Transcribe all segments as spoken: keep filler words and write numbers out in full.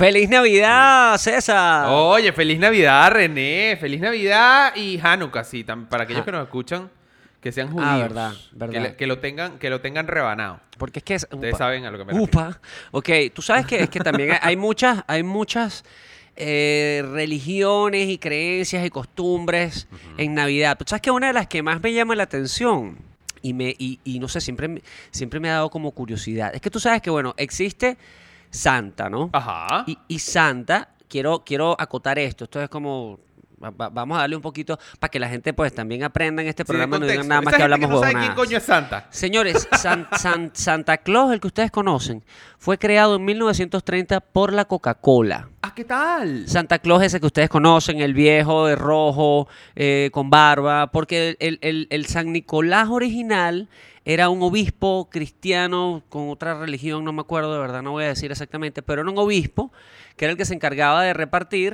¡Feliz Navidad, César! Oye, feliz Navidad, René. Feliz Navidad y Hanukkah, sí. tam- Para aquellos Ah. que nos escuchan, que sean judíos. Ah, verdad, verdad. Que, le- que lo tengan, que lo tengan rebanado. Porque es que es... Ustedes upa. saben a lo que me refiero. Upa. Ok, tú sabes que es que también hay- hay muchas, hay muchas eh, religiones y creencias y costumbres en Navidad. Tú sabes que una de las que más me llama la atención y me y, y no sé, siempre, me- siempre me ha dado como curiosidad. Es que tú sabes que, bueno, existe Santa, ¿no? Ajá. Y, y Santa, quiero, quiero acotar esto. Esto es como... va- va- Vamos a darle un poquito para que la gente pues también aprenda en este Sí, de programa y no digan contexto. nada más Esa que gente hablamos que no sabe huevonadas. quién coño es Santa. Señores, San- San- Santa Claus, el que ustedes conocen, fue creado en mil novecientos treinta por la Coca-Cola. Ah, ¿qué tal? Santa Claus ese que ustedes conocen, el viejo de rojo, eh, con barba, porque el, el- el San Nicolás original era un obispo cristiano con otra religión, no me acuerdo, de verdad no voy a decir exactamente, pero era un obispo que era el que se encargaba de repartir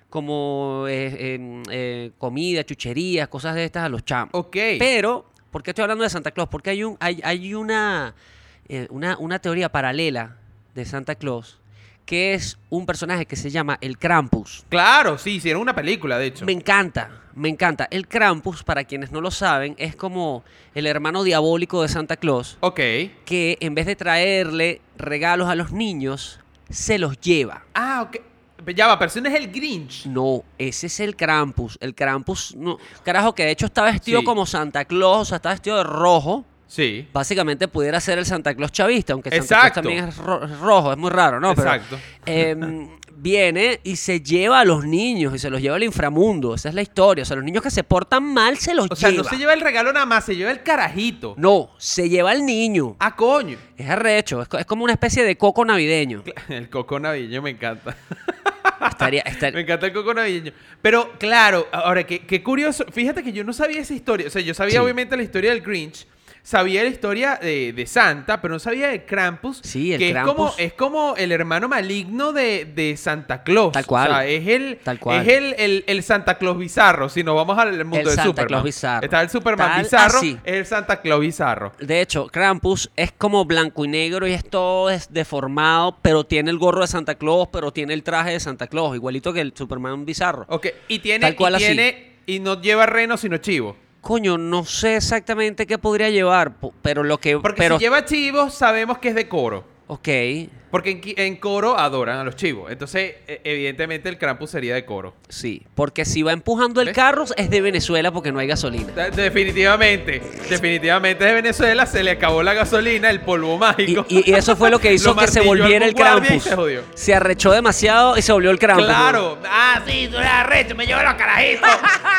como eh, em, eh, comida, chucherías, cosas de estas a los chamos. Ok. Pero, ¿por qué estoy hablando de Santa Claus? Porque hay un, hay, hay una, eh, una, una teoría paralela de Santa Claus, que es un personaje que se llama el Krampus. Claro, sí, hicieron una película, de hecho. Me encanta, me encanta. El Krampus, para quienes no lo saben, es como el hermano diabólico de Santa Claus, Ok. que en vez de traerle regalos a los niños, se los lleva. Ah, ok. Ya va, pero ese no es el Grinch. No, ese es el Krampus. El Krampus, no, carajo, que de hecho está vestido Sí. como Santa Claus, o sea, está vestido de rojo. Sí. Básicamente pudiera ser el Santa Claus chavista, aunque Santa Exacto. Claus también es, ro- es rojo, es muy raro, ¿no? Pero, Exacto. em, viene y se lleva a los niños y se los lleva al inframundo. Esa es la historia. O sea, los niños que se portan mal se los O sea, lleva. no se lleva el regalo nada más, se lleva el carajito. No, se lleva al niño. Ah, coño. Es arrecho, es, co- es como una especie de coco navideño. El coco navideño me encanta. Estaría, estar- Me encanta el coco navideño. Pero, claro, ahora, qué, qué curioso. Fíjate que yo no sabía esa historia. O sea, yo sabía Sí. obviamente la historia del Grinch. Sabía la historia de, de Santa, pero no sabía de Krampus. Sí, el que Krampus. Es como, es como el hermano maligno de, de Santa Claus. Tal cual. O sea, es el, Tal cual. Es el, el, el Santa Claus bizarro. Si nos vamos al mundo El del Santa Superman. Claus bizarro. Está el Superman Tal bizarro. así. Es el Santa Claus bizarro. De hecho, Krampus es como blanco y negro y es todo es deformado, pero tiene el gorro de Santa Claus, pero tiene el traje de Santa Claus, igualito que el Superman bizarro. Ok. Y tiene, Tal cual y así. tiene, y no lleva reno, sino chivo. Coño, no sé exactamente qué podría llevar, po- pero lo que... Porque pero, si lleva chivos, sabemos que es de Coro. Ok, Porque en, qui- en Coro adoran a los chivos. Entonces, e- evidentemente, el Krampus sería de Coro. sí, porque si va empujando el ¿Ves? carro es de Venezuela porque no hay gasolina. De- Definitivamente. Definitivamente de Venezuela se le acabó la gasolina, el polvo Y, mágico. y- y eso fue lo que hizo Lo que se martilló volviera el algún guardia y Krampus. se jodió. Se arrechó demasiado y se volvió el Krampus. Claro. Ah, sí, tú eres arrecho, me llevo los carajitos.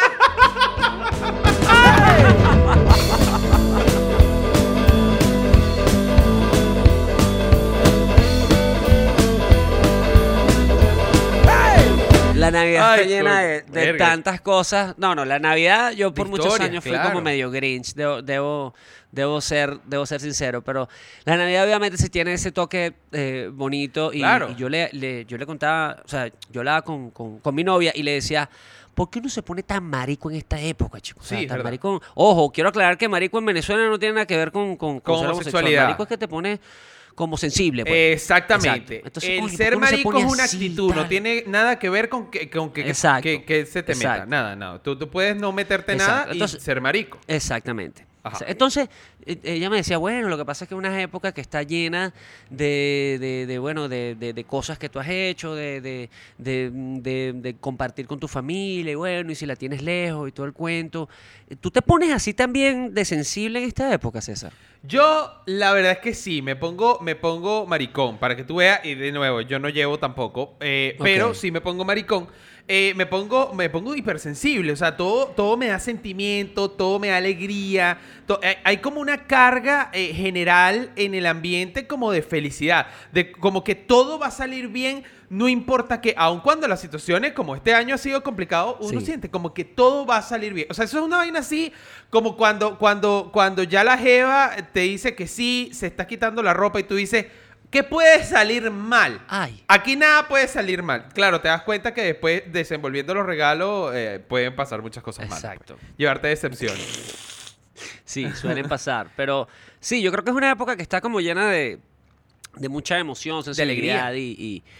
La Navidad Ay, está llena coño, de, de verga. tantas cosas. No, no, la Navidad yo por De muchos historias, años fui claro. como medio Grinch, debo, debo, debo, ser, debo ser sincero, pero la Navidad obviamente sí tiene ese toque eh, bonito y, Claro. y yo, le, le- yo le contaba, o sea, yo hablaba con, con, con mi novia y le decía, ¿por qué uno se pone tan marico en esta época, chicos? O sea, Sí, es tan verdad. marico. Ojo, quiero aclarar que marico en Venezuela no tiene nada que ver con, con, Con ser homosexual. homosexualidad. Marico es que te pone como sensible. Pues. Exactamente. Exacto. Entonces, el coño, ¿por ser qué uno se marico pone es una así, actitud, no tal? tiene nada que ver con que, con que, que- Exacto. que, que se te meta. Exacto. Nada, nada. Tú, tú puedes no meterte Exacto. nada y Entonces- ser marico. Exactamente. Ajá. Entonces, eh, ella me decía, bueno, lo que pasa es que es una época que está llena de, de, de, bueno, de, de, de cosas que tú has hecho, de, de, de, de- de compartir con tu familia, y bueno, y si la tienes lejos y todo el cuento. ¿Tú te pones así también de sensible en esta época, César? Yo, la verdad es que sí, me pongo, me pongo maricón, para que tú veas, y de nuevo, yo no llevo tampoco, eh, Ok. pero sí me pongo maricón. Eh, me pongo, me pongo hipersensible, o sea, todo, todo me da sentimiento, todo me da alegría, to- hay, hay como una carga eh, general en el ambiente como de felicidad, de como que todo va a salir bien, no importa que, aun cuando las situaciones como este año ha sido complicado, uno Sí. siente como que todo va a salir bien. O sea, eso es una vaina así como cuando, cuando, cuando ya la jeva te dice que sí, se está quitando la ropa y tú dices, ¿qué puede salir mal? Ay. Aquí nada puede salir mal. Claro, te das cuenta que después desenvolviendo los regalos eh, pueden pasar muchas cosas malas. Exacto. pues. Llevarte decepciones. Sí, suelen pasar. Pero sí, yo creo que es una época que está como llena de, de mucha emoción, sensibilidad alegría. y, y,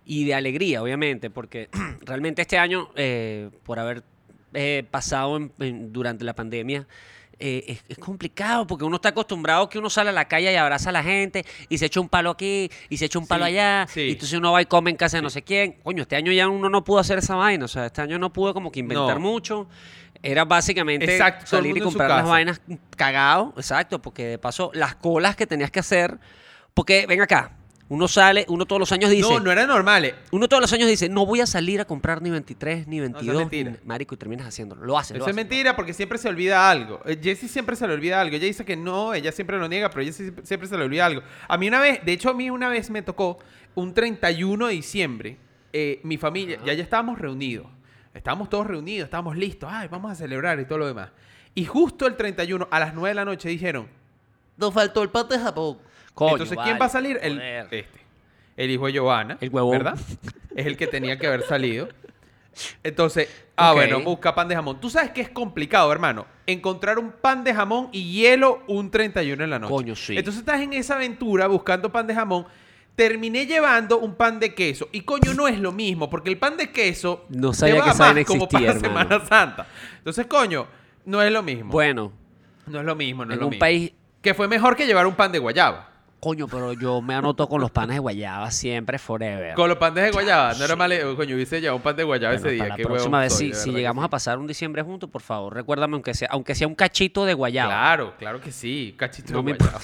y de alegría, obviamente, porque realmente este año, eh, por haber eh, pasado en- en- durante la pandemia, eh, es, es complicado porque uno está acostumbrado que uno sale a la calle y abraza a la gente y se echa un palo aquí y se echa un palo Sí, allá sí. y entonces uno va y come en casa de no Sí. sé quién. Coño, este año ya uno no pudo hacer esa vaina, o sea, este año no pude como que inventar No. mucho. Era básicamente Exacto, todo el salir y mundo en su comprar las casa. vainas cagado, exacto, porque de paso las colas que tenías que hacer, porque ven acá, uno sale, uno todos los años dice, No, no eran normales. uno todos los años dice, no voy a salir a comprar ni veintitrés ni es veintidós, mentira. ni- marico, y terminas haciéndolo. Lo haces, lo Eso es haces, lo mentira porque siempre se olvida algo. Eh, Jessie siempre se le olvida algo. Ella dice que no, ella siempre lo niega, pero ella sí- siempre se le olvida algo. A mí una vez, de hecho a mí una vez me tocó un treinta y uno de diciembre, eh, mi familia, ya ya estábamos reunidos. Estábamos todos reunidos, estábamos listos. Ay, vamos a celebrar y todo lo demás. Y justo el treinta y uno, a las nueve de la noche, dijeron, nos faltó el pan de Japón. Coño, Entonces, ¿quién vale, va a salir? El, joder. este. El hijo de Giovanna. El huevón. ¿Verdad? Es el que tenía que haber salido. Entonces, ah, Ok. bueno, busca pan de jamón. Tú sabes que es complicado, hermano, encontrar un pan de jamón y hielo un treinta y uno en la noche. Coño, sí. Entonces estás en esa aventura buscando pan de jamón. Terminé llevando un pan de queso. Y coño, no es lo mismo, porque el pan de queso No te sabía va que esa más vaina como existía, para hermano. Semana Santa. Entonces, coño, no es lo mismo. Bueno, No es lo mismo, no es en lo un mismo. país, Que fue mejor que llevar un pan de guayaba. coño, pero yo me anoto con los panes de guayaba siempre, forever. Con los panes de guayaba. No era sí. mal, eh, coño, hubiese llevado un pan de guayaba Bueno, ese día. para Qué la huevón próxima vez, soy, si, de si verdad que llegamos sí. a pasar un diciembre juntos, por favor, recuérdame aunque sea, aunque sea un cachito de guayaba. Claro, claro que sí. Cachito No de me guayaba.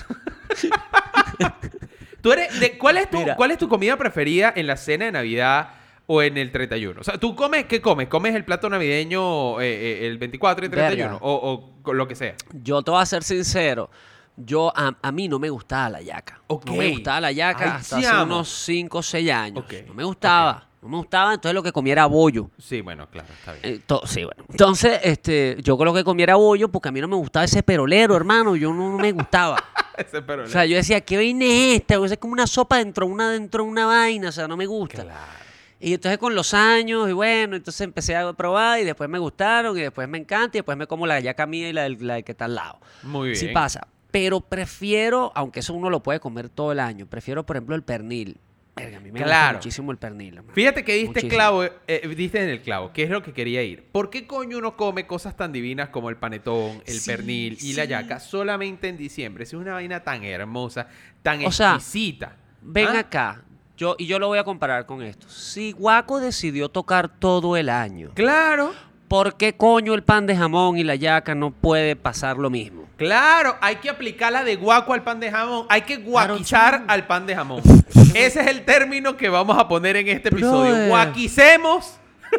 ¿Tú eres de, ¿cuál, es tu, Mira. ¿Cuál es tu comida preferida en la cena de Navidad o en el treinta y uno? O sea, ¿tú comes, qué comes? ¿Comes el plato navideño eh, eh, el veinticuatro y el treinta y uno? Verga. O, o con lo que sea. Yo te voy a ser sincero. Yo, a, a mí no me gustaba la yaca. Ok. No me gustaba la yaca Ay, hasta hace chamo. unos cinco o seis años. Ok, No me gustaba. No me gustaba, entonces lo que comía era bollo. Sí, bueno, claro, está bien. Eh, to- sí, bueno. Entonces, este, yo con lo que comía era bollo porque a mí no me gustaba ese perolero, hermano. Yo no, no me gustaba. Ese pero O sea, yo decía, ¿qué vaina es esta? O sea, es como una sopa dentro de una, dentro de una vaina. O sea, no me gusta. claro. Y entonces con los años, y bueno, entonces empecé a probar y después me gustaron y después me encanta y después me como la yaca mía y la del, la del que está al lado. Muy bien. Sí pasa. Pero prefiero, aunque eso uno lo puede comer todo el año, prefiero, por ejemplo, el pernil. Verga, a mí me gusta Claro. muchísimo el pernil. hermano. Fíjate que diste Muchísimo. clavo, eh, diste en el clavo, que es lo que quería ir. ¿Por qué coño uno come cosas tan divinas como el panetón, el Sí, pernil y la sí. yaca solamente en diciembre? Es una vaina tan hermosa, tan O sea, exquisita. Ven ¿Ah? acá, yo, y yo lo voy a comparar con esto. Si Guaco decidió tocar todo el año, Claro, ¿por qué coño el pan de jamón y la yaca no puede pasar lo mismo? claro, hay que aplicar la de guaco al pan de jamón, hay que Claro, guaquizar chamo. al pan de jamón. Ese es el término que vamos a poner en este episodio. Brother. Guaquicemos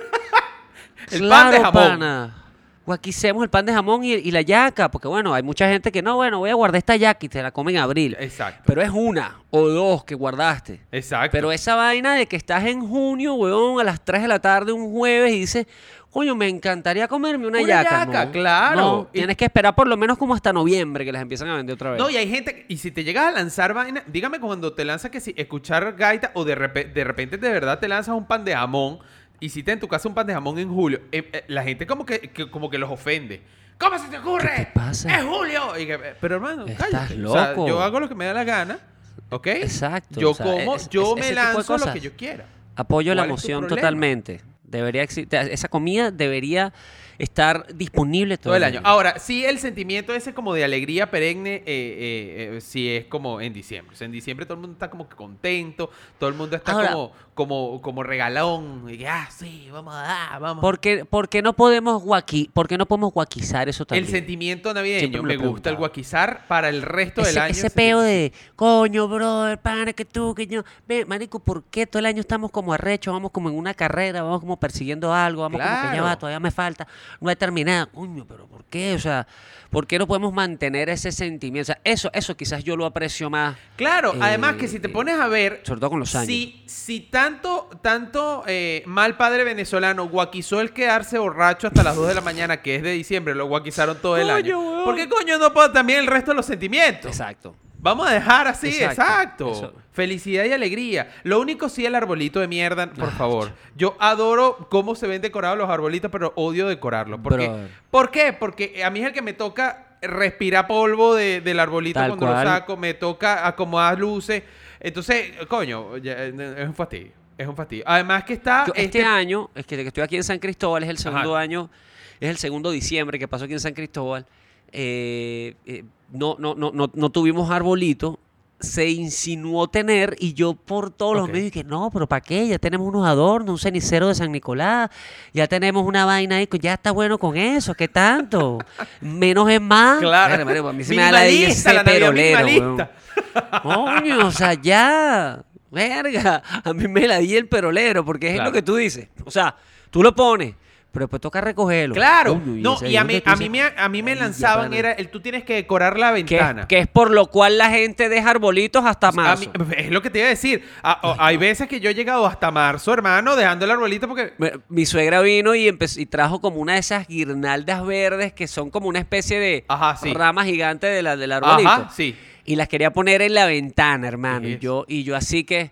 el pan Claro, de jamón. pana. Guaquicemos el pan de jamón y, y la yaca, porque bueno, hay mucha gente que no, bueno, voy a guardar esta yaca y te la comen en abril. Exacto. Pero es una o dos que guardaste. Exacto. Pero esa vaina de que estás en junio, weón, a las tres de la tarde un jueves y dices, coño, me encantaría comerme una, Una yaca. yaca, No, claro. no, Y- tienes que esperar por lo menos como hasta noviembre que las empiezan a vender otra vez. No, y hay gente, y si te llegas a lanzar vaina, dígame cuando te lanzas que si escuchar gaita o de, repe- de repente de verdad te lanzas un pan de jamón, hiciste en tu casa un pan de jamón en julio, eh, eh, la gente como que, que- como que los ofende. ¿Cómo se te ocurre? ¿Qué te pasa? ¡Es julio! Y que, eh, pero hermano, Estás cállate. O sea, loco. yo hago lo que me da la gana, ¿ok? Exacto, Yo o sea, como, es- yo es- me ese tipo de lanzo lo cosas. que yo quiera. Apoyo la ¿Cuál es tu emoción problema? totalmente. Debería existir, esa comida debería estar disponible todo, Todo el año. Ahora, sí, el sentimiento ese como de alegría perenne, eh, eh, eh, sí es como en diciembre. O sea, en diciembre todo el mundo está como que contento, todo el mundo está Ahora- como, como, como regalón. Y que, ah, sí, vamos a dar, vamos. ¿Por qué, por qué no podemos guaqui, por qué no podemos guaquizar eso también? El sentimiento Siempre navideño, me me, lo he gusta el preguntado. guaquizar para el resto del ese, año. ese el peo sentimiento. de, coño, brother, pana, que tú, que yo. Ve, marico, ¿por qué todo el año estamos como arrechos? Vamos como en una carrera, vamos como persiguiendo algo, vamos como que ya Claro. va, todavía me falta, no he terminado. Coño, pero ¿por qué? O sea, ¿por qué no podemos mantener ese sentimiento? O sea, eso, eso quizás yo lo aprecio más. Claro, eh, además que si te pones a ver, sobre todo con los años. Si, si tanto, tanto eh, mal padre venezolano guaquizó el quedarse borracho hasta las dos de la mañana, que es de diciembre, lo guaquizaron todo el Coño, año. weón. ¿Por qué coño no puedo también el resto de los sentimientos? Exacto. Vamos a dejar así, exacto. Exacto. Eso. Felicidad y alegría. Lo único sí el arbolito de mierda, por Ah, favor. Yo adoro cómo se ven decorados los arbolitos, pero odio decorarlos. ¿Por qué? Brother. ¿Por qué? Porque a mí es el que me toca respirar polvo de- del arbolito Tal cuando cual. lo saco, me toca acomodar luces. Entonces, coño, ya, es un fastidio. Es un fastidio. Además que está... Yo, este, este año, es que, que estoy aquí en San Cristóbal, es el segundo Ajá. año, es el segundo diciembre que pasó aquí en San Cristóbal. Eh, eh, no, no, no, no, no tuvimos arbolito. Se insinuó tener y yo por todos los Ok. medios dije, no, pero ¿para qué? Ya tenemos unos adornos, un cenicero de San Nicolás, ya tenemos una vaina ahí, ya está bueno con eso, ¿qué tanto? Menos es más. Claro. Verga, marico, a mí se me da la idea Minimalista, ese la Navidad perolero, minimalista. weón. Coño, o sea, ya, verga, a mí me la di el perolero, porque es Claro. lo que tú dices. O sea, tú lo pones, pero después toca recogerlo. Claro. Coño, No, ese y a es mí, lo que tú a mí dices, me, a mí me "Ay, lanzaban, pana". era el tú tienes que decorar la Que es, ventana. que es por lo cual la gente deja arbolitos hasta A marzo. mí- es lo que te iba a decir. A- o- hay veces que yo he llegado hasta marzo, hermano, dejando el arbolito porque... Me- Mi suegra vino y, empezó, y trajo como una de esas guirnaldas verdes que son como una especie de Ajá, sí. rama gigante de la, del arbolito. Ajá, sí. Y las quería poner en la ventana, hermano. ¿Qué Y es? yo, y yo así que...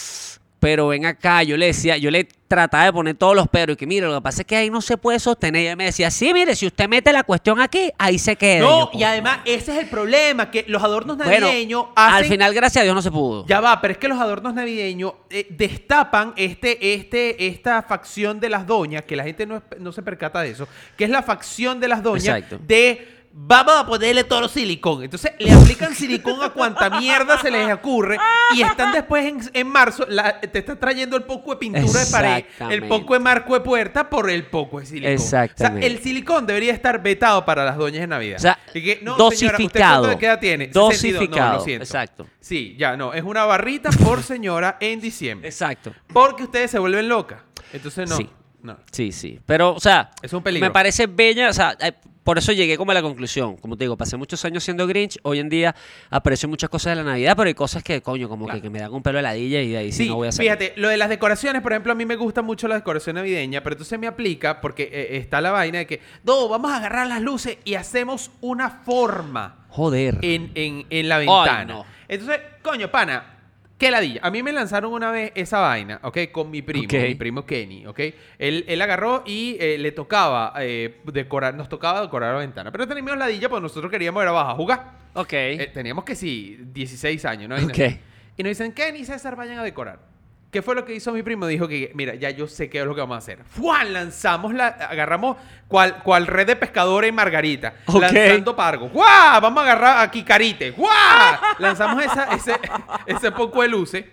Pero ven acá, yo le decía, yo le trataba de poner todos los peros y que mire, lo que pasa es que ahí no se puede sostener. Y ella me decía, sí, mire, si usted mete la cuestión aquí, ahí se queda. No, yo, y además ese es el problema, que los adornos bueno, navideños hacen... al final, gracias a Dios, no se pudo. Ya va, pero es que los adornos navideños eh, destapan este, este, esta facción de las doñas, que la gente no, es- no se percata de eso, que es la facción de las doñas Exacto. de vamos a ponerle todo silicón. Entonces le aplican silicón a cuanta mierda se les ocurre y están después en, en marzo, la- te están trayendo el poco de pintura de pared, el Exactamente. poco de marco de puerta por el poco de silicón. Exactamente. O sea, el silicón debería estar vetado para las doñas de Navidad. O sea, Y que, no, señora, ¿usted dosificado. cuánto de edad tiene? sesenta y dos. No, Dosificado. lo siento. Exacto. Sí, ya no. Es una barrita por señora en diciembre. Exacto. Porque ustedes se vuelven locas. Entonces no. Sí. No. Sí, sí. Pero, o sea, Es un peligro. me parece bella, o sea, eh, por eso llegué como a la conclusión. Como te digo, pasé muchos años siendo Grinch. Hoy en día aprecio muchas cosas de la Navidad, pero hay cosas que, coño, como Claro. que, que me dan un pelo de ladilla y de ahí sí, Sí, no voy a hacer. fíjate, lo de las decoraciones, por ejemplo, a mí me gusta mucho la decoración navideña, pero entonces me aplica porque eh, está la vaina de que, no, vamos a agarrar las luces y hacemos una forma Joder. en, en, en la ventana. no. Entonces, coño, pana, qué ladilla. A mí me lanzaron una vez esa vaina, ¿ok? Con mi primo, Ok. mi primo Kenny, ¿ok? Él, él agarró y eh, le tocaba eh, decorar, nos tocaba decorar la ventana. Pero teníamos ladilla porque nosotros queríamos ir abajo a jugar. Ok. Eh, teníamos que sí, dieciséis años, ¿no? Y, Ok. nos- y nos dicen, Kenny y César vayan a decorar. ¿Qué fue lo que hizo mi primo? Dijo que, mira, ya yo sé qué es lo que vamos a hacer. ¡Fuan! Lanzamos la... Agarramos cual, cual red de pescadores en Margarita. Ok. Lanzando pargos. ¡Guau! Vamos a agarrar aquí Carite. ¡Guau! Lanzamos esa, ese, ese poco de luces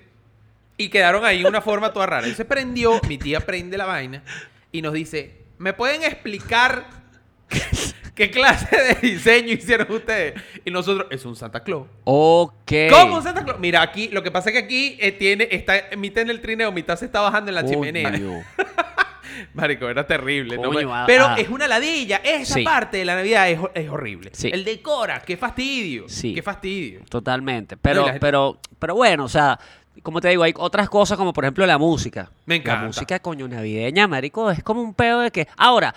y quedaron ahí una forma toda rara. Y se prendió, mi tía prende la vaina y nos dice, ¿me pueden explicar qué clase de diseño hicieron ustedes? Y nosotros, es un Santa Claus. Ok. ¿Cómo un Santa Claus? Mira, aquí, lo que pasa es que aquí eh, tiene, está mitad en el trineo, mitad se está bajando en la chimenea. Coño. Marico, era terrible. ¿no? Coño, ah, Pero ah. es una ladilla. Esa Sí. parte de la Navidad es, es horrible. Sí. El decora, qué fastidio. Sí. Qué fastidio. Totalmente. No, Pero, y la gente- pero, pero bueno, o sea, como te digo, hay otras cosas como por ejemplo la música. Me encanta. La música, coño, navideña, marico, es como un pedo de que... Ahora,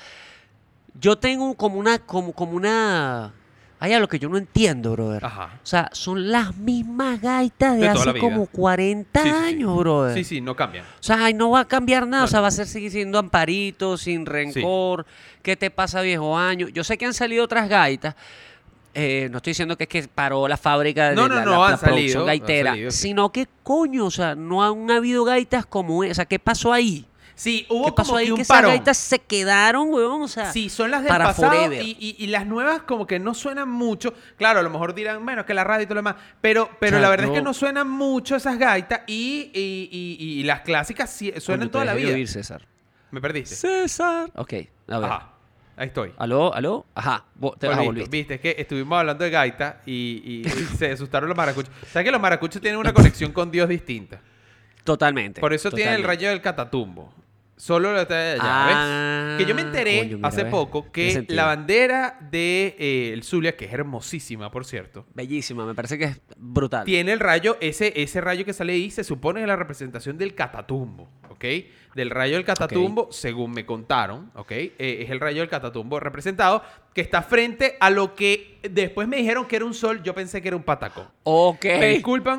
yo tengo un- como una... Como, como una... Hay algo que yo no entiendo, brother. Ajá. O sea, son las mismas gaitas de, De toda hace la vida. como cuarenta Sí, sí, sí. años, brother. Sí, sí, no cambia. O sea, ay, no va a cambiar nada. No, o sea, no. va a ser seguir siendo Amparito, sin rencor. ¿Qué te pasa, viejo año? Yo sé que han salido otras gaitas. Eh, no estoy diciendo que es que paró la fábrica de No, no, la, no, la- han la salido, producción han gaitera. salido, sí. Sino que, coño, o sea, no han habido gaitas como esa. O sea, ¿qué pasó ahí? Sí, hubo ¿Qué pasó como ahí que un que esas parón. gaitas se quedaron, weón? O sea, Sí, son las del para pasado forever. y, y- y las nuevas como que no suenan mucho. Claro, a lo mejor dirán, bueno, que la radio y todo lo demás. Pero, pero O sea, la verdad no- es que no suenan mucho esas gaitas y, y- y- y las clásicas sí, suenan Coño, toda te la dejé de vida. oír, César. ¿Me perdiste? César. Ok, a ver. Ajá, ahí estoy. ¿Aló? ¿Aló? Ajá. Vo- Te Pues vas a listo, volver. viste, es que estuvimos hablando de gaita y, y se asustaron los maracuchos. ¿Sabes que los maracuchos tienen una conexión con Dios distinta? Totalmente. Por eso tienen el totalmente. rayo del catatumbo. Solo lo está allá, Ah, ¿ves? Que yo me enteré coño, mira, hace ves. poco Tiene que sentido. la bandera de eh, el Zulia, que es hermosísima, por cierto, Bellísima, me parece que es brutal. tiene el rayo, ese, ese rayo que sale ahí se supone que es la representación del catatumbo, ¿ok? Del rayo del catatumbo, según me contaron, ¿ok? Eh, es el rayo del catatumbo representado, que está frente a lo que después me dijeron que era un sol, yo pensé que era un patacón. Ok. Me disculpan,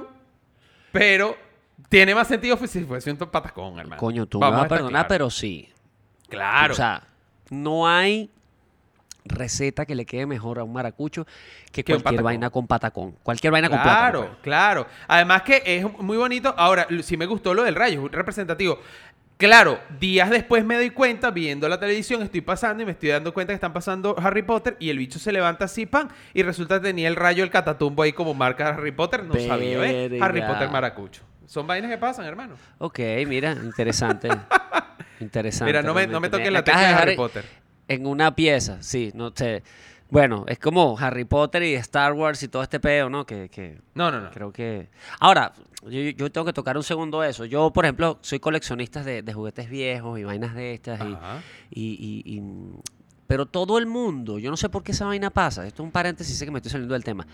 pero tiene más sentido si fuese un patacón, hermano. Coño, tú me Vamos vas a estar perdonar, claros. pero sí. Claro. O sea, no hay receta que le quede mejor a un maracucho que Que un cualquier patacón. vaina con patacón. Cualquier vaina con plátano. Claro, pues. claro. Además que es muy bonito. Ahora, l- sí me gustó lo del rayo, es representativo. Claro, días después me doy cuenta, viendo la televisión, estoy pasando y me estoy dando cuenta que están pasando Harry Potter y el bicho se levanta así, pan, y resulta que tenía el rayo del catatumbo ahí como marca Harry Potter. No sabía, ¿ves? Verga. Harry Potter maracucho. Son vainas que pasan, hermano. Ok, mira, interesante. interesante. Mira, no me, no me realmente. toques La la caja tecla de de Harry Harry- Potter. En una pieza, sí, no sé. Bueno, es como Harry Potter y Star Wars y todo este peo, ¿no? Que, que No, no, no. creo que... Ahora, yo, yo tengo que tocar un segundo eso. Yo, por ejemplo, soy coleccionista de, de juguetes viejos y vainas de estas. Y, Ajá. y, y- y- pero todo el mundo, yo no sé por qué esa vaina pasa. Esto es un paréntesis, sé que me estoy saliendo del tema.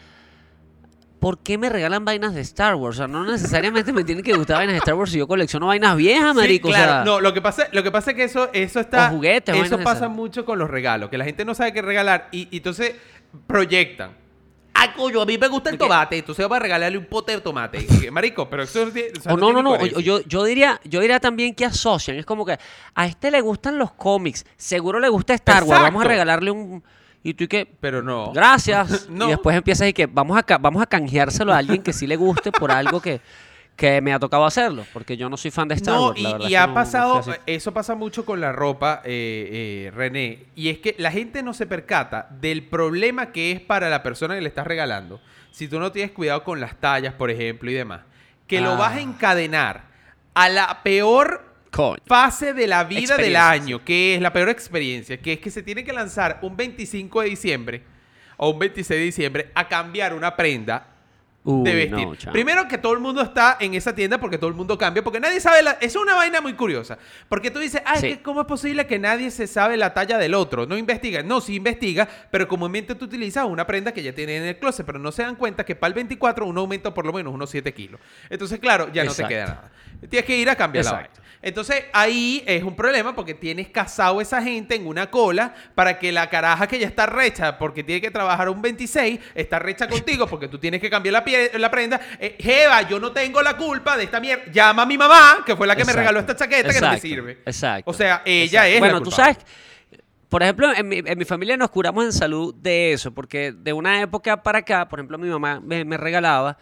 ¿Por qué me regalan vainas de Star Wars? O sea, no necesariamente me tienen que gustar vainas de Star Wars si yo colecciono vainas viejas, Sí, marico. claro. O sea, No, lo que pasa, lo que pasa es que eso, eso está. O juguetes, eso vainas de pasa esas. mucho con los regalos, que la gente no sabe qué regalar y, y entonces proyectan. Ay, coño, a mí me gusta el ¿Qué? tomate, entonces vamos a regalarle un pote de tomate. Y, marico, pero eso, es- o sea, O no, no, tiene no. o- coherencia. Yo, yo, diría, yo diría también que asocian. Es como que a este le gustan los cómics. Seguro le gusta Star Wars. Vamos a Exacto. regalarle un. Y tú y que. Pero no. Gracias. No. Y después empiezas y que vamos a, ca- vamos a canjeárselo a alguien que sí le guste por algo que, que me ha tocado hacerlo. Porque yo no soy fan de Star No, Wars. y, la verdad y es que ha no- no pasado, soy así. eso pasa mucho con la ropa, eh, eh, René, y es que la gente no se percata del problema que es para la persona que le estás regalando, si tú no tienes cuidado con las tallas, por ejemplo, y demás, que lo Ah. vas a encadenar a la peor Coño. fase de la vida del Experiencia, año, que es la peor experiencia, que es que se tiene que lanzar un veinticinco de diciembre o un veintiséis de diciembre a cambiar una prenda Uy, de vestir. no, chamo. Primero que todo el mundo está en esa tienda porque todo el mundo cambia, porque nadie sabe la... Es una vaina muy curiosa. Porque tú dices, ah, Sí. es que ¿cómo es posible que nadie se sabe la talla del otro? No investiga. No, sí investiga, pero comúnmente tú utilizas una prenda que ya tiene en el closet, pero no se dan cuenta que para el veinticuatro uno aumenta por lo menos unos siete kilos. Entonces, claro, ya no Exacto. te queda nada. Tienes que ir a cambiar la Exacto. vaina. Entonces, ahí es un problema porque tienes casado a esa gente en una cola para que la caraja que ya está recha porque tiene que trabajar un veintiséis, está recha contigo porque tú tienes que cambiar la, pie- la prenda. Eh, Jeva, yo no tengo la culpa de esta mierda. Llama a mi mamá, que fue la que me Exacto. regaló esta chaqueta que no me Exacto. sirve. Exacto. O sea, ella Exacto. es Bueno, la tú culpable. sabes, por ejemplo, en mi, en mi familia nos curamos en salud de eso, porque de una época para acá, por ejemplo, mi mamá me, me regalaba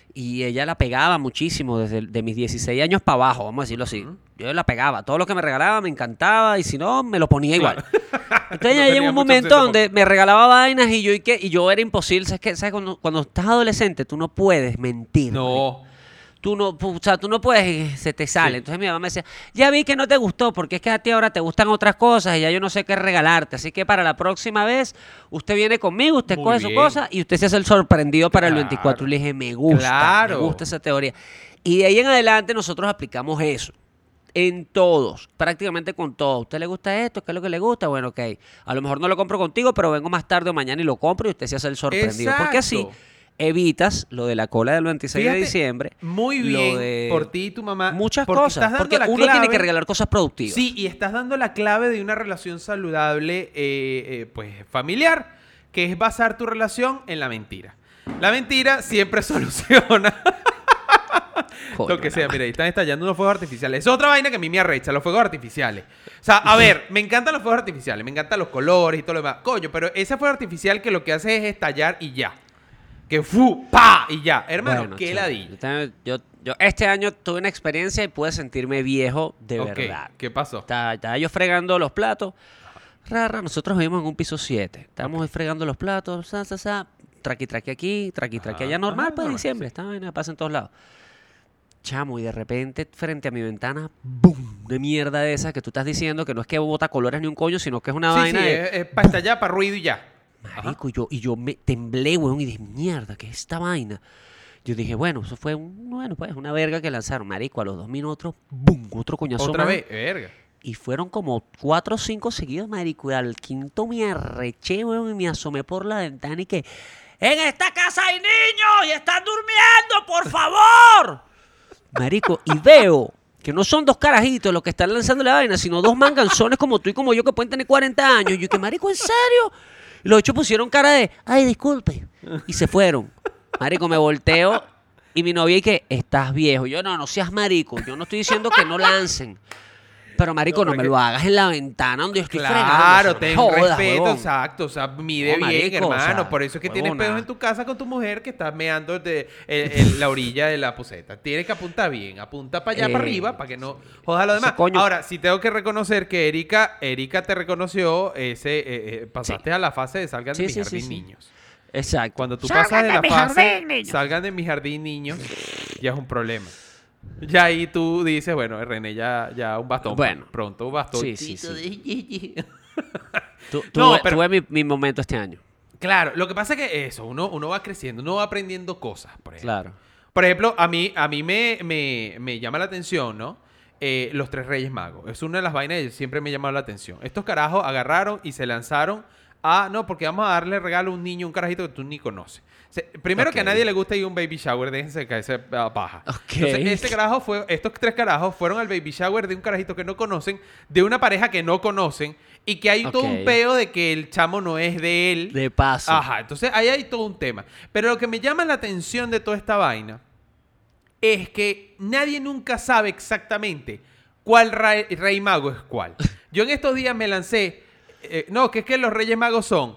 y ella la pegaba muchísimo desde el- de mis dieciséis años para abajo, vamos a decirlo así. Yo la pegaba, todo lo que me regalaba me encantaba y si no, me lo ponía igual. Entonces No ya tenía llegó un mucho momento sentido donde me regalaba vainas y yo, y, que, y yo era imposible, ¿sabes qué? ¿Sabes? Cuando, cuando estás adolescente tú no puedes mentir. marico. No. Tú no, pu- o sea, tú no puedes, eh, se te sale. Sí. Entonces mi mamá me decía, ya vi que no te gustó, porque es que a ti ahora te gustan otras cosas y ya yo no sé qué regalarte. Así que para la próxima vez, usted viene conmigo, usted Muy coge su bien. cosa y usted se hace el sorprendido para el Claro. veinticuatro. Y le dije, me gusta, Claro. me gusta esa teoría. Y de ahí en adelante nosotros aplicamos eso. En todos, prácticamente con todos. ¿A usted le gusta esto? ¿Qué es lo que le gusta? Bueno, ok. A lo mejor no lo compro contigo, pero vengo más tarde o mañana y lo compro y usted se hace el sorprendido. Porque así Exacto. evitas lo de la cola del veintiséis Fíjate, de diciembre. Muy lo bien de por ti y tu mamá. Muchas porque cosas. estás dando Porque la uno tiene clave- que regalar cosas productivas. Sí, y estás dando la clave de una relación saludable, eh, eh, pues familiar, que es basar tu relación en la mentira. La mentira siempre soluciona Coño, lo que la sea. madre. Mira, ahí están estallando unos fuegos artificiales. Es otra vaina que a mí me arrecha, los fuegos artificiales. O sea, a ver, me encantan los fuegos artificiales, me encantan los colores y todo lo demás. Coño, pero ese fuego artificial que lo que hace es estallar y ya. Que fu, pa, y ya. Hermano, Bueno, qué chamo, ladilla. yo tengo- Yo, yo este año tuve una experiencia y pude sentirme viejo de Ok, verdad. ¿qué pasó? Estaba, estaba yo fregando los platos. Rara, nosotros vivimos en un piso siete. Estábamos ahí fregando los platos. Sa, sa, sa, traqui, traqui aquí, traqui, traqui Ajá, allá. Normal, ajá, pues normal, diciembre. sí. Esta vaina pasa en todos lados. Chamo, y de repente, frente a mi ventana, ¡boom! De mierda de esa que tú estás diciendo que no es que bota colores ni un coño, sino que es una Sí, vaina sí, de... es, es para estallar, para ruido y ya. Marico, y yo, y yo me temblé, weón, y dije, mierda, ¿qué es esta vaina? Yo dije, bueno, eso fue un, bueno, pues, una verga que lanzaron, marico, a los dos minutos, ¡bum! Otro coñazo Otra más. vez, verga. Y fueron como cuatro o cinco seguidos, marico, y al quinto me arreché, weón, y me asomé por la ventana y que, ¡en esta casa hay niños y están durmiendo, por favor! Marico, y veo que no son dos carajitos los que están lanzando la vaina, sino dos manganzones como tú y como yo que pueden tener cuarenta años. Y yo, que marico, ¿en serio? Y los ocho pusieron cara de, ay, disculpe. Y se fueron. Marico, me volteo y mi novia y que, estás viejo. Yo, no, no seas marico. Yo no estoy diciendo que no lancen. Pero, marico, no, pero me es que- lo hagas en la ventana donde yo estoy fregando. Claro, eso, ten no jodas, respeto, huevón. exacto. O sea, mide No, bien, marico, o hermano. sea, Por eso es que tienes huevona. pedos en tu casa con tu mujer que estás meando de, en, en la orilla de la poseta. Tienes que apuntar bien. Apunta para allá, Eh, para arriba, para que no jodas lo demás. ese coño- Ahora, sí tengo que reconocer que Erika, Erika te reconoció ese... eh, eh, pasaste Sí. a la fase de salgan Sí, de mi sí, sí, jardín sí. niños. Exacto. Cuando tú Salgan pasas de de la mi fase jardín, niños. salgan de mi jardín niños, ya es un problema. Ya ahí tú dices, bueno, René, ya, ya un bastón. Bueno. Pronto un bastón. Sí, sí, sí. sí. Tu- No, tuve, pero- tuve mi, mi momento este año. Claro, lo que pasa es que eso, uno, uno va creciendo, uno va aprendiendo cosas, por ejemplo. Claro. Por ejemplo, a mí, a mí me, me, me llama la atención, ¿no? Eh, los tres Reyes Magos. Es una de las vainas que siempre me ha llamado la atención. Estos carajos agarraron y se lanzaron a... No, porque vamos a darle regalo a un niño, un carajito que tú ni conoces. O sea, primero que a Ok. nadie le gusta ir a un baby shower, déjense caerse a paja. Ok. Entonces, este carajo fue, estos tres carajos fueron al baby shower de un carajito que no conocen, de una pareja que no conocen, y que hay todo un Ok. peo de que el chamo no es de él. De paso. Ajá, entonces ahí hay todo un tema. Pero lo que me llama la atención de toda esta vaina es que nadie nunca sabe exactamente cuál rey, rey mago es cuál. Yo en estos días me lancé, eh, no, que es que los Reyes Magos son,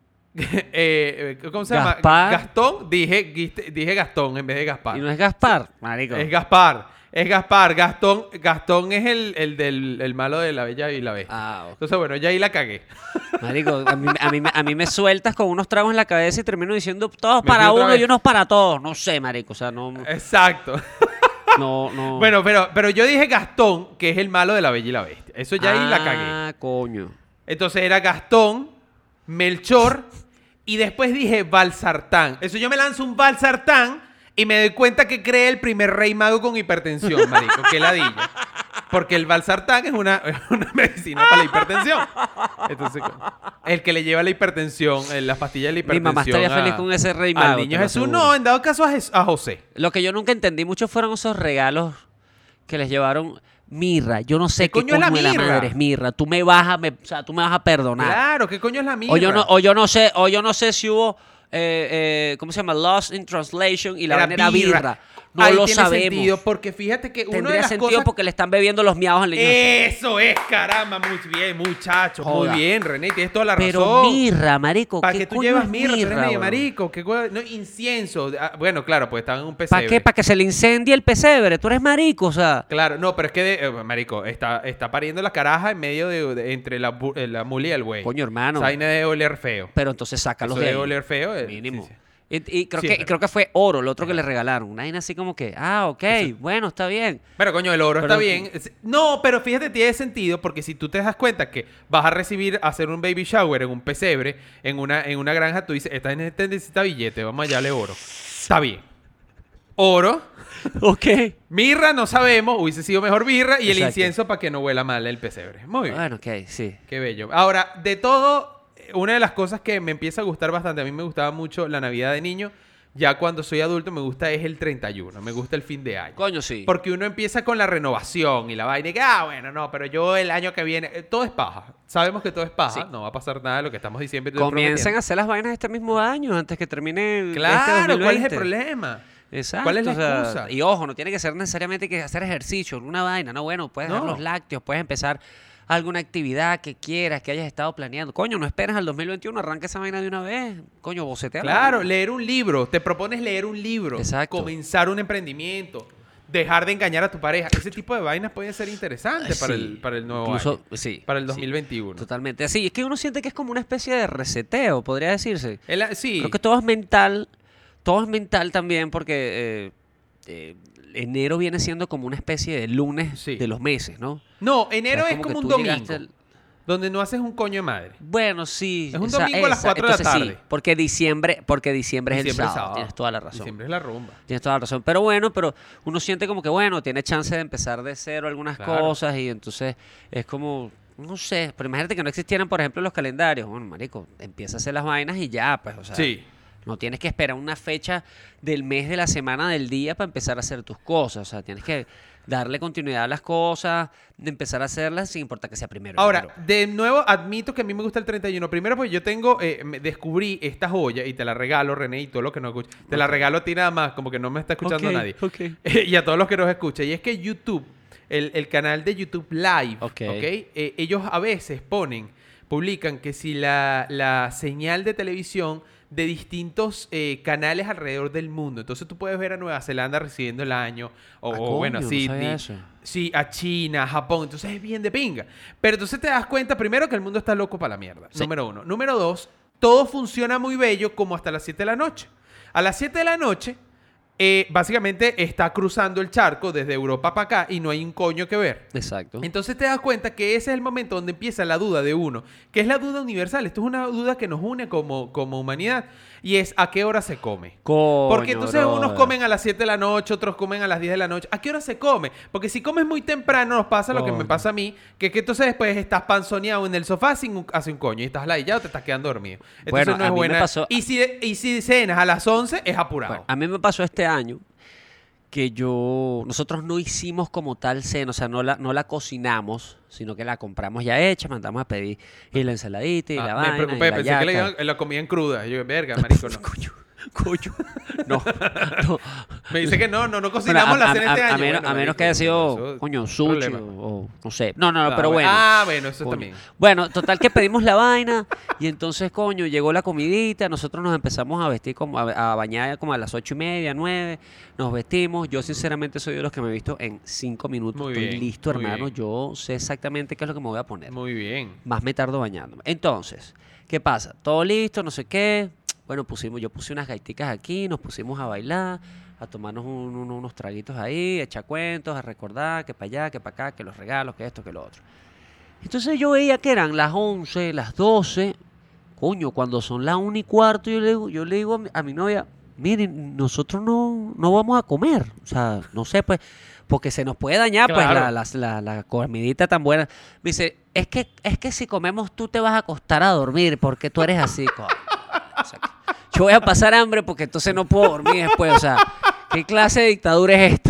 eh, eh, ¿cómo se Gaspar. llama? Gastón, dije, guiste- dije Gastón en vez de Gaspar. Y no es Gaspar, marico. Es Gaspar, es Gaspar. Gastón, Gastón es el, el del el malo de la Bella y la Bestia. Ah, ok. Entonces, bueno, ya ahí la cagué. Marico, a mí, a, mí, me- a mí me sueltas con unos tragos en la cabeza y termino diciendo todos Me para fui otra uno vez. y unos para todos. No sé, marico. O sea, no... Exacto. no, no. Bueno, pero, pero yo dije Gastón, que es el malo de la Bella y la Bestia. Eso ya ahí la cagué. Ah, coño. Entonces era Gastón, Melchor y después dije Balsartán. Eso yo me lanzo un Balsartán y me doy cuenta que creé el primer rey mago con hipertensión, marico. Qué ladilla. Porque el Balsartán es una, es una medicina para la hipertensión. Entonces, el que le lleva la hipertensión, eh, las pastillas de la Mi hipertensión. mamá estaría a- feliz con ese rey Al mago. niño te lo Jesús, aseguro. no, en dado caso a, Jes- a José. Lo que yo nunca entendí mucho fueron esos regalos que les llevaron mirra. Yo no sé ¿Qué qué, coño es la coño de la mirra? madre es mirra. Tú me vas a, me- o sea, tú me vas a perdonar. Claro, ¿qué coño es la mirra? O yo no, o yo no sé, o yo no sé si hubo, eh, eh, ¿cómo se llama? Lost in Translation y la vaina era birra. No Ahí lo tiene sabemos. sentido, porque fíjate que una de Tendría las sentido cosas... porque le están bebiendo los miados al niño. Eso es, caramba, muy bien, muchacho, Joda. muy bien, René, tienes toda la Pero razón. mirra, marico. ¿Para ¿qué qué tú coño llevas es mirra? Tú eres medio weón? marico. ¿Qué hue- no, incienso. Ah, bueno, claro, pues están en un pesebre. ¿Para qué? ¿Para que se le incendie el pesebre? Tú eres marico, o sea. Claro, no, pero es que, de- eh, marico, está, está pariendo la caraja en medio de, de- entre la, bu- eh, la mula y el güey. Coño, hermano. Esa vaina de oler feo. Pero entonces sácalos Eso de de ahí. oler feo. eh, Mínimo. sí, sí. Y, y creo, Sí, que, es verdad. creo que fue oro, lo otro que le regalaron. Una vaina así como que, ah, ok, bueno, está bien. Pero coño, el oro Pero- está bien. Es- No, pero fíjate, tiene sentido porque si tú te das cuenta que vas a recibir, hacer un baby shower en un pesebre, en una, en una granja, tú dices, esta gente necesita billete, vamos a hallarle oro. Está bien. Oro, Ok. mirra, no sabemos, hubiese sido mejor mirra y el Exacto. incienso para que no huela mal el pesebre. Muy bien. Bueno, ok, sí. Qué bello. Ahora, de todo, una de las cosas que me empieza a gustar bastante, a mí me gustaba mucho la Navidad de niño, ya cuando soy adulto me gusta es el treinta y uno, me gusta el fin de año. Coño, sí. Porque uno empieza con la renovación y la vaina y que, ah, bueno, no, pero yo el año que viene, eh, todo es paja. Sabemos que todo es paja, Sí. no va a pasar nada de lo que estamos diciendo. y Comiencen a prometiendo. hacer las vainas este mismo año, antes que termine el- este Claro, ¿cuál es el dos mil veinte. problema? Exacto. ¿Cuál es la o sea, excusa? Y ojo, no tiene que ser necesariamente que hacer ejercicio, una vaina, no, bueno, puedes dejar No. los lácteos, puedes empezar alguna actividad que quieras, que hayas estado planeando. Coño, no esperes al dos mil veintiuno, arranca esa vaina de una vez. Coño, bocetea. la Claro, vaina. leer un libro, te propones leer un libro, Exacto. comenzar un emprendimiento, dejar de engañar a tu pareja. Ese tipo de vainas pueden ser interesantes para, Sí. el, para el nuevo Incluso, año, sí. para el sí, dos mil veintiuno. Totalmente. Sí, es que uno siente que es como una especie de reseteo, podría decirse. El- sí, Creo que todo es mental, todo es mental también porque eh, eh, enero viene siendo como una especie de lunes Sí. de los meses, ¿no? no, enero O sea, es como que un tú domingo, llegaste al- donde no haces un coño de madre. Bueno, sí. Es un esa- domingo a las esa. cuatro de la Entonces, tarde. Sí, porque diciembre, porque diciembre, Diciembre es el sábado. Tienes toda la razón. Diciembre es la rumba. Tienes toda la razón. Pero bueno, pero uno siente como que, bueno, tiene chance de empezar de cero algunas Claro. cosas y entonces es como, no sé, pero imagínate que no existieran, por ejemplo, los calendarios. Bueno, marico, empieza a hacer las vainas y ya, pues, o sea. Sí. No tienes que esperar una fecha del mes, de la semana, del día para empezar a hacer tus cosas. O sea, tienes que darle continuidad a las cosas, de empezar a hacerlas sin importar que sea primero. de Ahora, enero. de nuevo, admito que a mí me gusta el treinta y uno. Primero, porque yo tengo, eh, me descubrí esta joya y te la regalo, René, y todo lo que no escucha. Te la regalo a ti nada más, como que no me está escuchando Ok, nadie. ok. y a todos los que nos escuchan. Y es que YouTube el, el canal de YouTube Live, Ok. ¿ok? Eh, ellos a veces ponen, publican que si la, la señal de televisión de distintos eh, canales alrededor del mundo. Entonces tú puedes ver a Nueva Zelanda recibiendo el año, o, Ah, o bueno, coño, no Sydney, sabía eso. sí, a China, a Japón. Entonces es bien de pinga. Pero entonces te das cuenta, primero, que el mundo está loco para la mierda. Sí. Número uno. Número dos, todo funciona muy bello como hasta las siete de la noche. A las siete de la noche, eh, básicamente está cruzando el charco desde Europa para acá y no hay un coño que ver. Exacto. Entonces te das cuenta que ese es el momento donde empieza la duda de uno, que es la duda universal. Esto es una duda que nos une como, como humanidad y es ¿a qué hora se come? Coño, Porque entonces unos brother. comen a las siete de la noche, otros comen a las diez de la noche. ¿A qué hora se come? Porque si comes muy temprano nos pasa lo que me Coño. pasa a mí, que es que entonces después estás panzoneado en el sofá sin un, hace un coño y estás ladillado, te estás quedando dormido. Entonces Bueno, no a es mí me buena. pasó- Y, si, y si cenas a las once es apurado. Bueno, a mí me pasó este año que yo, nosotros no hicimos como tal cena, o sea, no la, no la cocinamos, sino que la compramos ya hecha, mandamos a pedir y la ensaladita y Ah, la me vaina preocupé, y la pensé que le yaca. iban- la comían cruda. Y yo, verga, marico, no. Coño, coño. No, no. Me dice que no, no, no Bueno, cocinamos la cena este a año. menos, Bueno, a menos marico, que haya sido, eso- coño, sushi problema. o, o no sé. No, no, no, Ah, pero bueno. Ah, bueno, eso Coño. también. Bueno, total que pedimos la vaina y entonces, coño, llegó la comidita, nosotros nos empezamos a vestir como a, a bañar como a las ocho y media, nueve, nos vestimos. Yo sinceramente soy de los que me he visto en cinco minutos. Muy Estoy bien, listo, muy hermano. bien. Yo sé exactamente qué es lo que me voy a poner. Muy bien. Más me tardo bañándome. Entonces, ¿qué pasa? Todo listo, no sé qué. Bueno, pusimos, yo puse unas gaiticas aquí, nos pusimos a bailar, a tomarnos un- un- unos traguitos ahí, a echar cuentos, a recordar que para allá, que para acá, que los regalos, que esto, que lo otro. Entonces yo veía que eran las once, las doce. Coño, cuando son las una y cuarto, yo le digo, yo le digo a mi, a mi novia, miren, nosotros no, no vamos a comer. O sea, no sé, pues, porque se nos puede dañar, pues, Claro. la, la, la, la comidita tan buena. Me dice, es que, es que si comemos tú te vas a acostar a dormir, porque tú eres así, coño. O sea, que yo voy a pasar hambre porque entonces no puedo dormir después. O sea, ¿qué clase de dictadura es esta?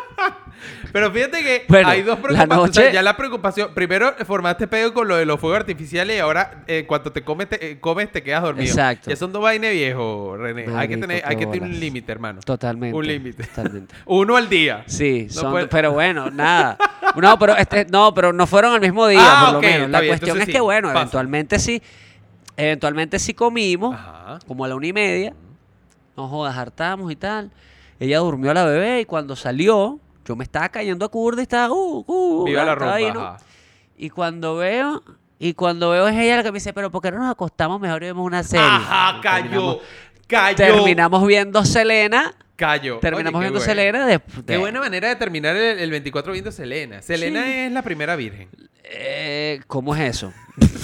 Pero fíjate que Bueno, hay dos la preocupaciones. O sea, noche- ya la preocupación. Primero formaste pedo con lo de los fuegos artificiales y ahora eh, cuando te comes te, eh, comes te quedas dormido. Exacto. Ya son dos vainas viejo, René. hay que Marico, tener, hay qué que tener un bolas. límite, hermano. Totalmente. Un límite. Totalmente. Uno al día. Sí, No son- puede- pero bueno, nada. No, pero este, no, pero no fueron al mismo día, Ah, por lo ok, menos. está La bien, cuestión entonces es sí, que, bueno, pasa. eventualmente sí, eventualmente sí comimos, Ajá. como a la una y media, no jodas, hartamos y tal. Ella durmió a la bebé y cuando salió, yo me estaba cayendo a curda y estaba, uh, uh, Viva la estaba ahí, rumba. ¿no? Ajá. Y cuando veo, y cuando veo es ella la que me dice, pero ¿por qué no nos acostamos mejor y vemos una serie? Ajá, Y cayó. terminamos- Cayó. Terminamos viendo Selena, Cayó. terminamos Oye, qué viendo bueno. Selena de, Qué de- buena manera de terminar el, el veinticuatro viendo Selena. Selena Sí. es la primera virgen. Eh, ¿cómo es eso?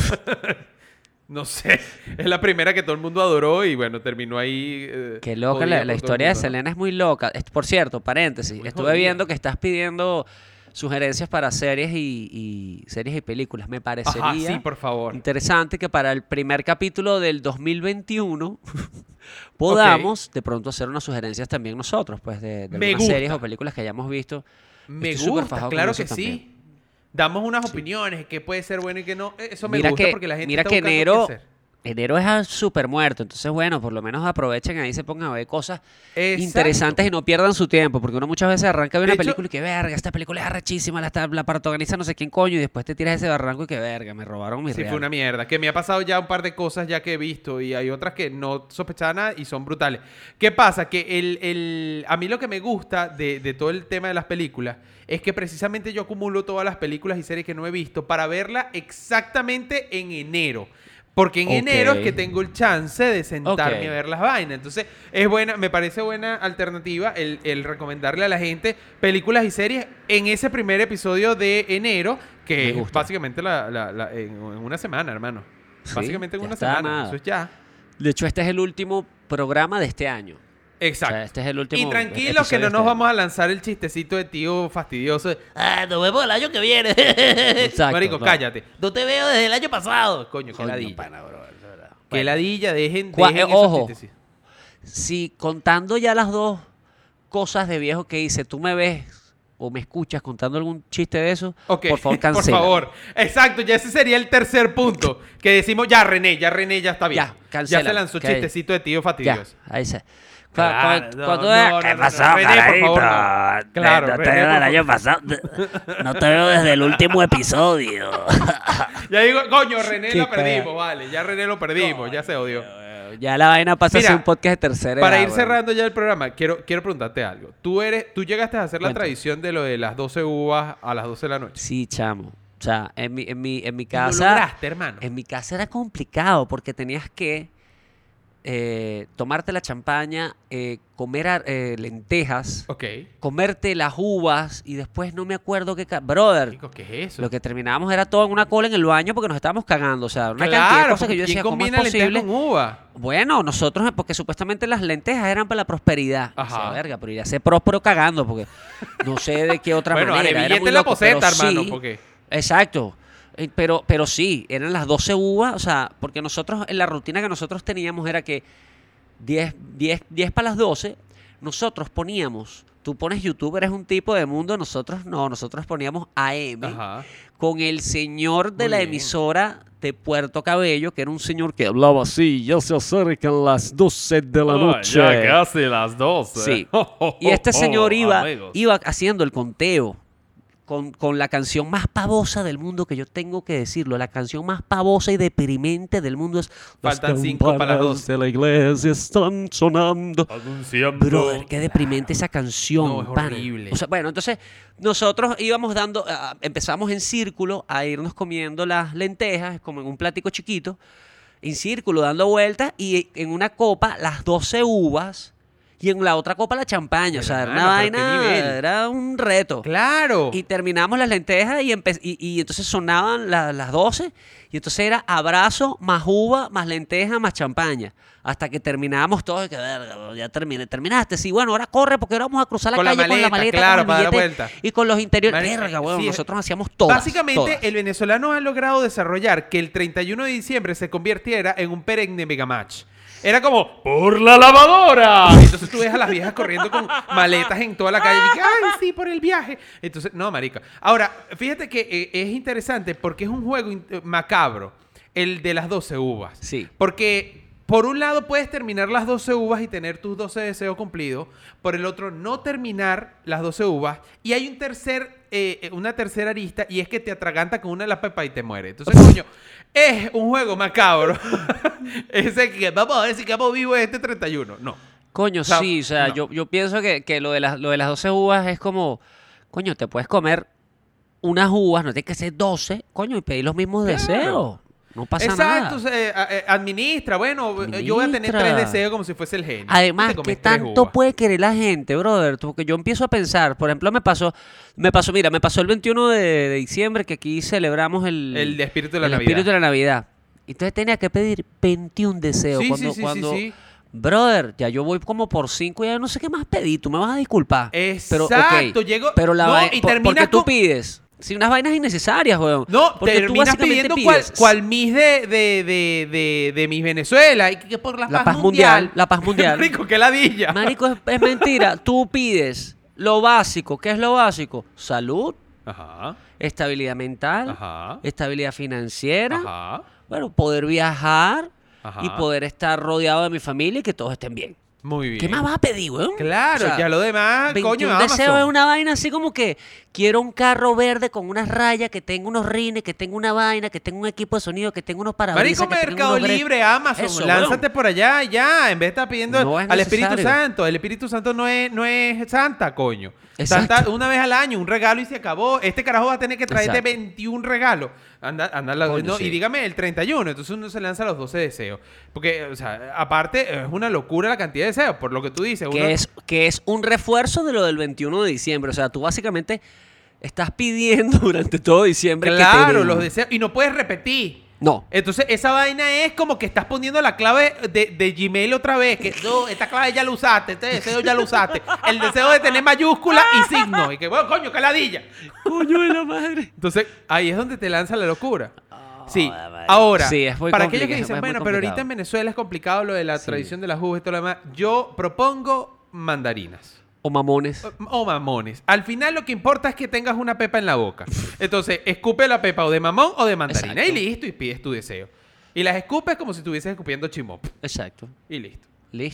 No sé. Es la primera que todo el mundo adoró y bueno, terminó ahí. eh, Qué loca, jodida la, la por todo el historia de mundo, ¿no? Selena es muy loca. Es- Por cierto, paréntesis, Muy estuve jodida. viendo que estás pidiendo sugerencias para series y, y series y películas. Me parecería Ajá, sí, por favor. interesante que para el primer capítulo del dos mil veintiuno podamos de pronto hacer unas sugerencias también nosotros, pues de, de Me algunas gusta. series o películas que hayamos visto. Me Estoy súper gusta, fajado con claro eso que también. sí. Damos unas opiniones, qué puede ser bueno y qué no. Eh, Eso me Mira gusta que, porque la gente mira está que buscando qué enero, hacer. enero es ah, súper muerto. Entonces, bueno, por lo menos aprovechen ahí, se pongan a ver cosas Exacto. interesantes y no pierdan su tiempo. Porque uno muchas veces arranca a ver De una hecho- película y que verga, esta película es arrechísima, la, está- la protagoniza no sé quién coño, y después te tiras ese barranco y que verga, me robaron mi Sí, real. fue una mierda. Que me ha pasado ya un par de cosas ya que he visto y hay otras que no sospechaba nada y son brutales. ¿Qué pasa? Que el, el- a mí lo que me gusta de, de todo el tema de las películas es que precisamente yo acumulo todas las películas y series que no he visto para verla exactamente en enero. Porque en Ok. enero es que tengo el chance de sentarme Ok. a ver las vainas. Entonces, es buena, me parece buena alternativa el, el recomendarle a la gente películas y series en ese primer episodio de enero, que Me es gusta. básicamente la, la- la- en, en una semana, hermano. Sí, Básicamente en ya una está, semana. nada. Eso es ya. De hecho, este es el último programa de este año. Exacto. O sea, este es el último Y tranquilos episodio que no de nos este vamos a lanzar el chistecito de tío fastidioso. de, Ah, nos vemos el año que viene. Exacto, Marico, no. cállate. No te veo desde el año pasado. Coño, qué Coño, ladilla. pana, bro, de verdad. Qué Bueno, ladilla, dejen, Cua- dejen eh, esos ojo. chistecitos. si contando ya las dos cosas de viejo que hice, tú me ves o me escuchas contando algún chiste de eso, Ok, por favor, por cancela. favor. Exacto, ya ese sería el tercer punto. Que decimos, ya René, ya René ya está bien. Ya, cancela, Ya se lanzó ok. chistecito de tío Ya, fastidioso. ahí se. Claro, Cu- no, cuando no, es- no, ¿Qué no, pasó, no, René, por carajito? favor, no. Claro, no te René, veo por del año favor. pasado. No te veo desde el último episodio. Ya digo, coño, René Qué lo cagada. perdimos, vale. Ya René lo perdimos, ya se odió. Ya la vaina pasa a Mira, ser un podcast de tercera Para edad, ir weón. cerrando ya el programa, quiero, quiero preguntarte algo. ¿Tú, eres, ¿Tú llegaste a hacer la Cuéntame. tradición de lo de las doce uvas a las doce de la noche? Sí, chamo. O sea, en mi, en mi, en mi ¿Y lo casa... lograste, hermano? En mi casa era complicado porque tenías que eh, tomarte la champaña, eh, comer ar- eh, lentejas, Ok. comerte las uvas y después no me acuerdo qué... ca- Brother, Chico, ¿qué es eso? lo que terminábamos era todo en una cola en el baño porque nos estábamos cagando. O sea, una cantidad de Claro, cosas que yo porque decía, ¿quién ¿cómo es combina lentejas posible? con uva? Bueno, nosotros, porque supuestamente las lentejas eran para la prosperidad. O sea, Ajá. verga, pero ya sé próspero cagando porque no sé de qué otra Bueno, manera. haré Era billete muy en la loco, pero poseta, hermano, sí, porque... Exacto. Eh, Pero, pero sí, eran las doce uvas, o sea, porque nosotros, en la rutina que nosotros teníamos era que diez, diez, diez para las doce, nosotros poníamos, tú pones YouTube, eres un tipo de mundo, nosotros no, nosotros poníamos A M Ajá. con el señor de Muy la bien. emisora de Puerto Cabello, que era un señor que hablaba así, ya se acercan las doce de la noche. casi las doce. Sí. Y este señor iba, amigos. iba haciendo el conteo con, con la canción más pavosa del mundo, que yo tengo que decirlo. La canción más pavosa y deprimente del mundo es... Faltan "Las cinco para las campanas doce". de la iglesia están sonando. Anunciando. Brother, qué deprimente esa canción. No, es pana. horrible. O sea, bueno, entonces nosotros íbamos dando, ah, empezamos en círculo a irnos comiendo las lentejas, como en un platico chiquito, en círculo, dando vueltas, y en una copa las doce uvas, y en la otra copa la champaña. O sea, era una Hermano, pero qué vaina, nivel. era un reto. Claro. Y terminamos las lentejas y, empe- y, y entonces sonaban la- las doce y entonces era abrazo más uva, más lenteja, más champaña. Hasta que terminábamos todos y que verga, bro, ya terminé. Terminaste, sí, bueno, ahora corre porque ahora vamos a cruzar la Con la calle con la maleta, maleta, claro, con el para dar billete vuelta. y con los interiores. Marica, Verga, weón, sí, nosotros hacíamos todas. Básicamente, todas. el venezolano ha logrado desarrollar que el treinta y uno de diciembre se convirtiera en un perenne megamatch. Era como, ¡por la lavadora! Entonces tú ves a las viejas corriendo con maletas en toda la calle y que, ¡ay, sí, por el viaje! Entonces, no, marica. Ahora, fíjate que eh, es interesante porque es un juego in- eh, macabro, el de las doce uvas. Sí. Porque, por un lado, puedes terminar las doce uvas y tener tus doce deseos cumplidos. Por el otro, no terminar las doce uvas. Y hay un tercer, eh, una tercera arista y es que te atraganta con una de las pepas y te muere. Entonces, coño, es un juego macabro. Ese que vamos a ver si quedamos vivos este treinta y uno. No. Coño, O sea, sí, o sea, no. yo, yo pienso que, que lo, de las, lo de las doce uvas es como, coño, te puedes comer unas uvas, no tienes que ser doce, coño, y pedir los mismos Claro. deseos. No pasa Exacto, nada. se- a- eh, administra. Bueno, eh, yo voy a tener Administra. tres deseos como si fuese el genio. Además, Te ¿qué comes tres tanto uvas. puede querer la gente, brother? Porque yo empiezo a pensar, por ejemplo, me pasó, me pasó, mira, me pasó el veintiuno de, de diciembre, que aquí celebramos el, El espíritu de la el Navidad. espíritu de la Navidad. Entonces tenía que pedir veintiún deseos. Sí, cuando, sí, sí, cuando, sí, sí. Brother, ya yo voy como por cinco y ya no sé qué más pedir, tú me vas a disculpar. Pero, ok, Exacto, llego- pero la no, vai- y por- terminas porque tú con- pides, si unas vainas innecesarias, weón. No, porque tú terminas básicamente pidiendo cual, pides cual Miss de, de, de, de, de Miss Venezuela. Y que por la, La paz mundial, la paz mundial. Rico, qué ladilla. Marico, es, es mentira. Tú pides lo básico. ¿Qué es lo básico? Salud, Ajá, estabilidad mental, ajá, estabilidad financiera, ajá, bueno, poder viajar ajá. y poder estar rodeado de mi familia y que todos estén bien. Muy bien. ¿Qué más vas a pedir, weón? Claro, O sea, ya lo demás, coño, veintiún Amazon. deseos es una vaina así como que quiero un carro verde con unas rayas, que tenga unos rines, que tenga una vaina, que tenga un equipo de sonido, que tenga unos parabrisas. Marico, que tenga Mercado unos gre- Libre, Amazon, Eso, lánzate weón. por allá ya, en vez de estar pidiendo No es al Espíritu necesario. Santo. El Espíritu Santo no es, no es Santa, coño. Exacto. Santa una vez al año, un regalo y se acabó. Este carajo va a tener que traerte Exacto. veintiún regalos. Anda, anda la- Coño, no, sí. Y dígame el treinta y uno, entonces uno se lanza los doce deseos. Porque, o sea, aparte, es una locura la cantidad de deseos, por lo que tú dices. Uno, que es, que es un refuerzo de lo del veintiuno de diciembre. O sea, tú básicamente estás pidiendo durante todo diciembre que te claro, den. los deseos. Y no puedes repetir. No. Entonces, esa vaina es como que estás poniendo la clave de, de Gmail otra vez. Que no, esta clave ya la usaste, este deseo ya lo usaste. El deseo de tener mayúscula y signo. Y que, bueno, coño, qué ladilla. Coño de la madre. Entonces, ahí es donde te lanza la locura. Sí, madre. ahora, Sí, es muy para complicado, aquellos que es dicen, muy bueno, pero ahorita complicado. en Venezuela es complicado lo de la Sí. tradición de las uvas y todo lo demás, yo propongo mandarinas. O mamones. O, o mamones. Al final lo que importa es que tengas una pepa en la boca. Entonces, escupe la pepa o de mamón o de mandarina. Exacto. Y listo, y pides tu deseo. Y las escupes como si estuvieses escupiendo chimop. Exacto. Y listo. Listo.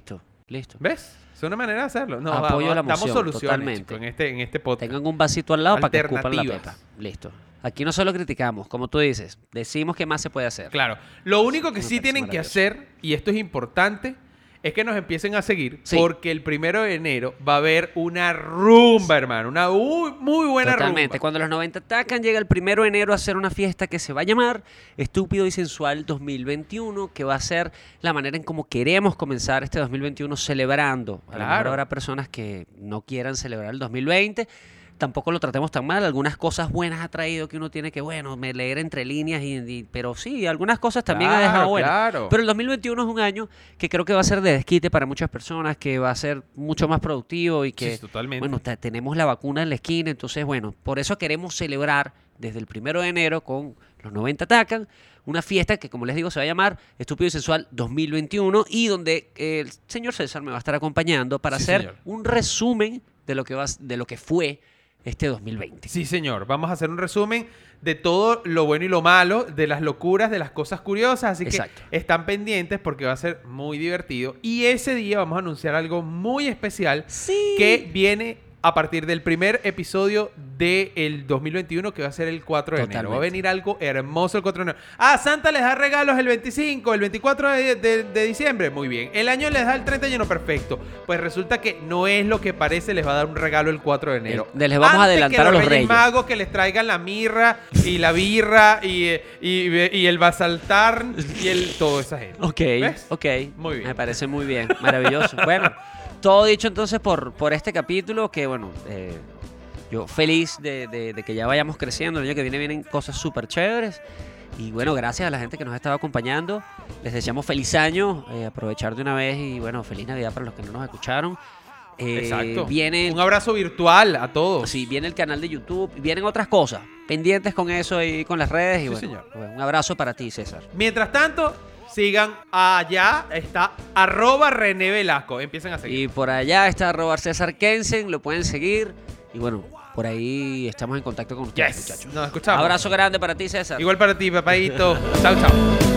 Listo. ¿Ves? Es una manera de hacerlo. No, Apoyo vamos, la damos moción, soluciones totalmente. chicos, en este, en este podcast. Tengan un vasito al lado para que escupan la Alternativas. pepa. Listo. Aquí no solo criticamos, como tú dices, decimos qué más se puede hacer. Claro. Lo único que Me sí parece tienen que maravilloso. hacer, y esto es importante, es que nos empiecen a seguir, Sí. porque el primero de enero va a haber una rumba, hermano. Una muy, muy buena Totalmente. rumba. Cuando los noventa atacan, llega el primero de enero a hacer una fiesta que se va a llamar Estúpido y Sensual dos mil veintiuno, que va a ser la manera en cómo queremos comenzar este dos mil veintiuno celebrando. A lo mejor Claro. habrá personas que no quieran celebrar el dos mil veinte. Tampoco lo tratemos tan mal. Algunas cosas buenas ha traído que uno tiene que, bueno, me leer entre líneas. Y, y- pero sí, algunas cosas también ha Claro, dejado buenas. claro. Pero el dos mil veintiuno es un año que creo que va a ser de desquite para muchas personas, que va a ser mucho más productivo y que, Sí, totalmente. bueno, te- tenemos la vacuna en la esquina. Entonces, bueno, por eso queremos celebrar desde el primero de enero con los noventa Atacan, una fiesta que, como les digo, se va a llamar Estúpido y Sensual dos mil veintiuno y donde eh, el señor César me va a estar acompañando para Sí, hacer señor. un resumen de lo que va, de lo que fue este dos mil veinte. Sí, señor. Vamos a hacer un resumen de todo lo bueno y lo malo, de las locuras, de las cosas curiosas. Así Exacto. que están pendientes porque va a ser muy divertido. Y ese día vamos a anunciar algo muy especial Sí. que viene a partir del primer episodio del dos mil veintiuno, que va a ser el cuatro de enero. Va a Totalmente. venir algo hermoso el cuatro de enero. Ah, Santa les da regalos el veinticinco, el veinticuatro de, de- de diciembre. Muy bien. El año les da el treinta y uno. Perfecto. Pues resulta que no es lo que parece, les va a dar un regalo el cuatro de enero. El- les vamos a Antes adelantar que a los Reyes Reyes. Magos que les traigan la mirra y la birra y, y, y el basaltar y el toda esa gente. Ok, ¿Ves? ok. Muy bien. Me parece muy bien, maravilloso. Bueno, todo dicho entonces por, por este capítulo, que bueno, eh, yo feliz de, de- de que ya vayamos creciendo. El año que viene vienen cosas súper chéveres. Y bueno, gracias a la gente que nos ha estado acompañando. Les deseamos feliz año, eh, aprovechar de una vez y bueno, feliz Navidad para los que no nos escucharon. Eh, Exacto. Viene, Un abrazo virtual a todos. sí, viene el canal de YouTube, vienen otras cosas, pendientes con eso y con las redes. Y Sí, bueno, señor. bueno, un abrazo para ti, César. Mientras tanto, sigan allá, está arroba René Velasco. Empiecen a seguir. Y por allá está arroba César Kensen, lo pueden seguir. Y bueno, por ahí estamos en contacto con ustedes, Yes. muchachos. Nos escuchamos. Abrazo grande para ti, César. Igual para ti, papadito. Chao, chao.